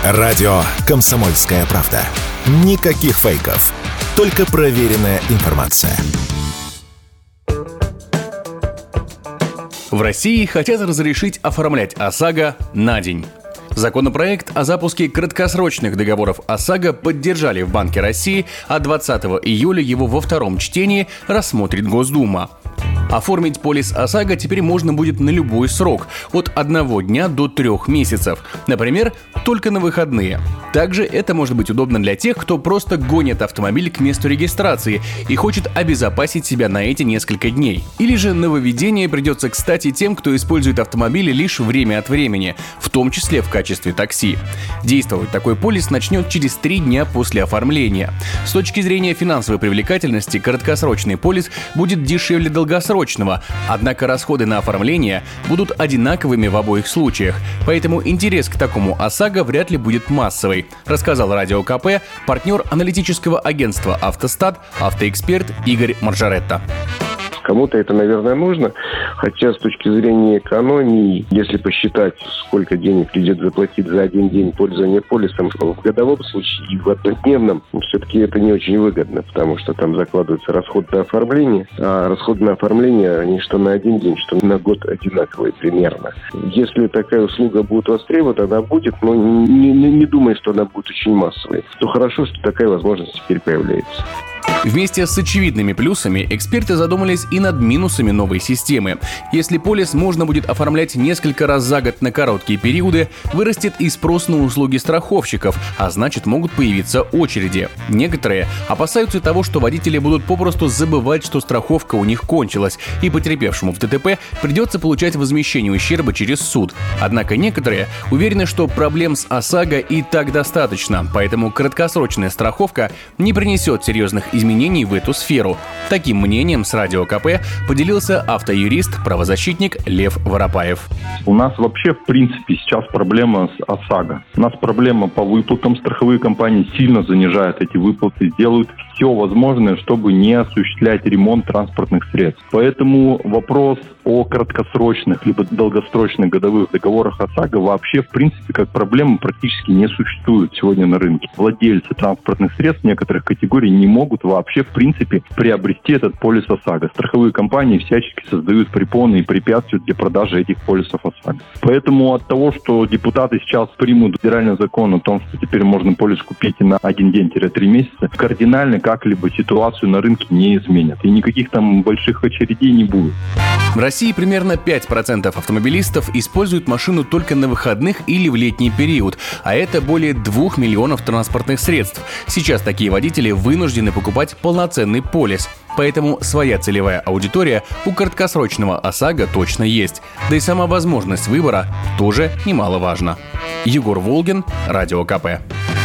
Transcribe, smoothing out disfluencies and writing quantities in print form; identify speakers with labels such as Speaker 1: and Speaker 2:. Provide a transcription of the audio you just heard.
Speaker 1: Радио «Комсомольская правда». Никаких фейков. Только проверенная информация.
Speaker 2: В России хотят разрешить оформлять ОСАГО на день. Законопроект о запуске краткосрочных договоров ОСАГО поддержали в Банке России, а 20 июля его во втором чтении рассмотрит Госдума. Оформить полис ОСАГО теперь можно будет на любой срок, от 1 дня до 3 месяцев. Например, только на выходные. Также это может быть удобно для тех, кто просто гонит автомобиль к месту регистрации и хочет обезопасить себя на эти несколько дней. Или же нововведение придется кстати тем, кто использует автомобили лишь время от времени, в том числе в качестве такси. Действовать такой полис начнет через 3 дня после оформления. С точки зрения финансовой привлекательности, краткосрочный полис будет дешевле долгосрочного, однако расходы на оформление будут одинаковыми в обоих случаях, поэтому интерес к такому ОСАГО вряд ли будет массовый, рассказал Радио КП партнер аналитического агентства «Автостат», автоэксперт Игорь Маржаретта.
Speaker 3: Кому-то это, наверное, нужно, хотя с точки зрения экономии, если посчитать, сколько денег придется заплатить за один день пользования полисом в годовом случае и в однодневном, все-таки это не очень выгодно, потому что там закладываются расходы на оформление, а расходы на оформление, они что на один день, что на год одинаковые примерно. Если такая услуга будет востребована, она будет, но не думаю, что она будет очень массовой. То хорошо, что такая возможность теперь появляется.
Speaker 2: Вместе с очевидными плюсами эксперты задумались и над минусами новой системы. Если полис можно будет оформлять несколько раз за год на короткие периоды, вырастет и спрос на услуги страховщиков, а значит могут появиться очереди. Некоторые опасаются того, что водители будут попросту забывать, что страховка у них кончилась, и потерпевшему в ДТП придется получать возмещение ущерба через суд. Однако некоторые уверены, что проблем с ОСАГО и так достаточно, поэтому краткосрочная страховка не принесет серьезных изменений в эту сферу. Таким мнением с Радио КП поделился автоюрист, правозащитник Лев Воропаев.
Speaker 4: У нас вообще, в принципе, сейчас проблема с ОСАГО. У нас проблема по выплатам. Страховые компании сильно занижают эти выплаты, делают все возможное, чтобы не осуществлять ремонт транспортных средств. Поэтому вопрос о краткосрочных либо долгосрочных годовых договорах ОСАГО вообще, в принципе, как проблема практически не существует сегодня на рынке. Владельцы транспортных средств некоторых категорий не могут вообще, в принципе, приобрести этот полис ОСАГО. Страховые компании всячески создают препоны и препятствуют для продажи этих полисов ОСАГО. Поэтому от того, что депутаты сейчас примут федеральный закон о том, что теперь можно полис купить и на 1 день-3 месяца, кардинально как-либо ситуацию на рынке не изменят. И никаких там больших очередей не будет.
Speaker 2: В России примерно 5% автомобилистов используют машину только на выходных или в летний период, а это более 2 миллионов транспортных средств. Сейчас такие водители вынуждены покупать полноценный полис. Поэтому своя целевая аудитория у краткосрочного ОСАГО точно есть. Да и сама возможность выбора тоже немаловажна. Егор Волгин, Радио КП.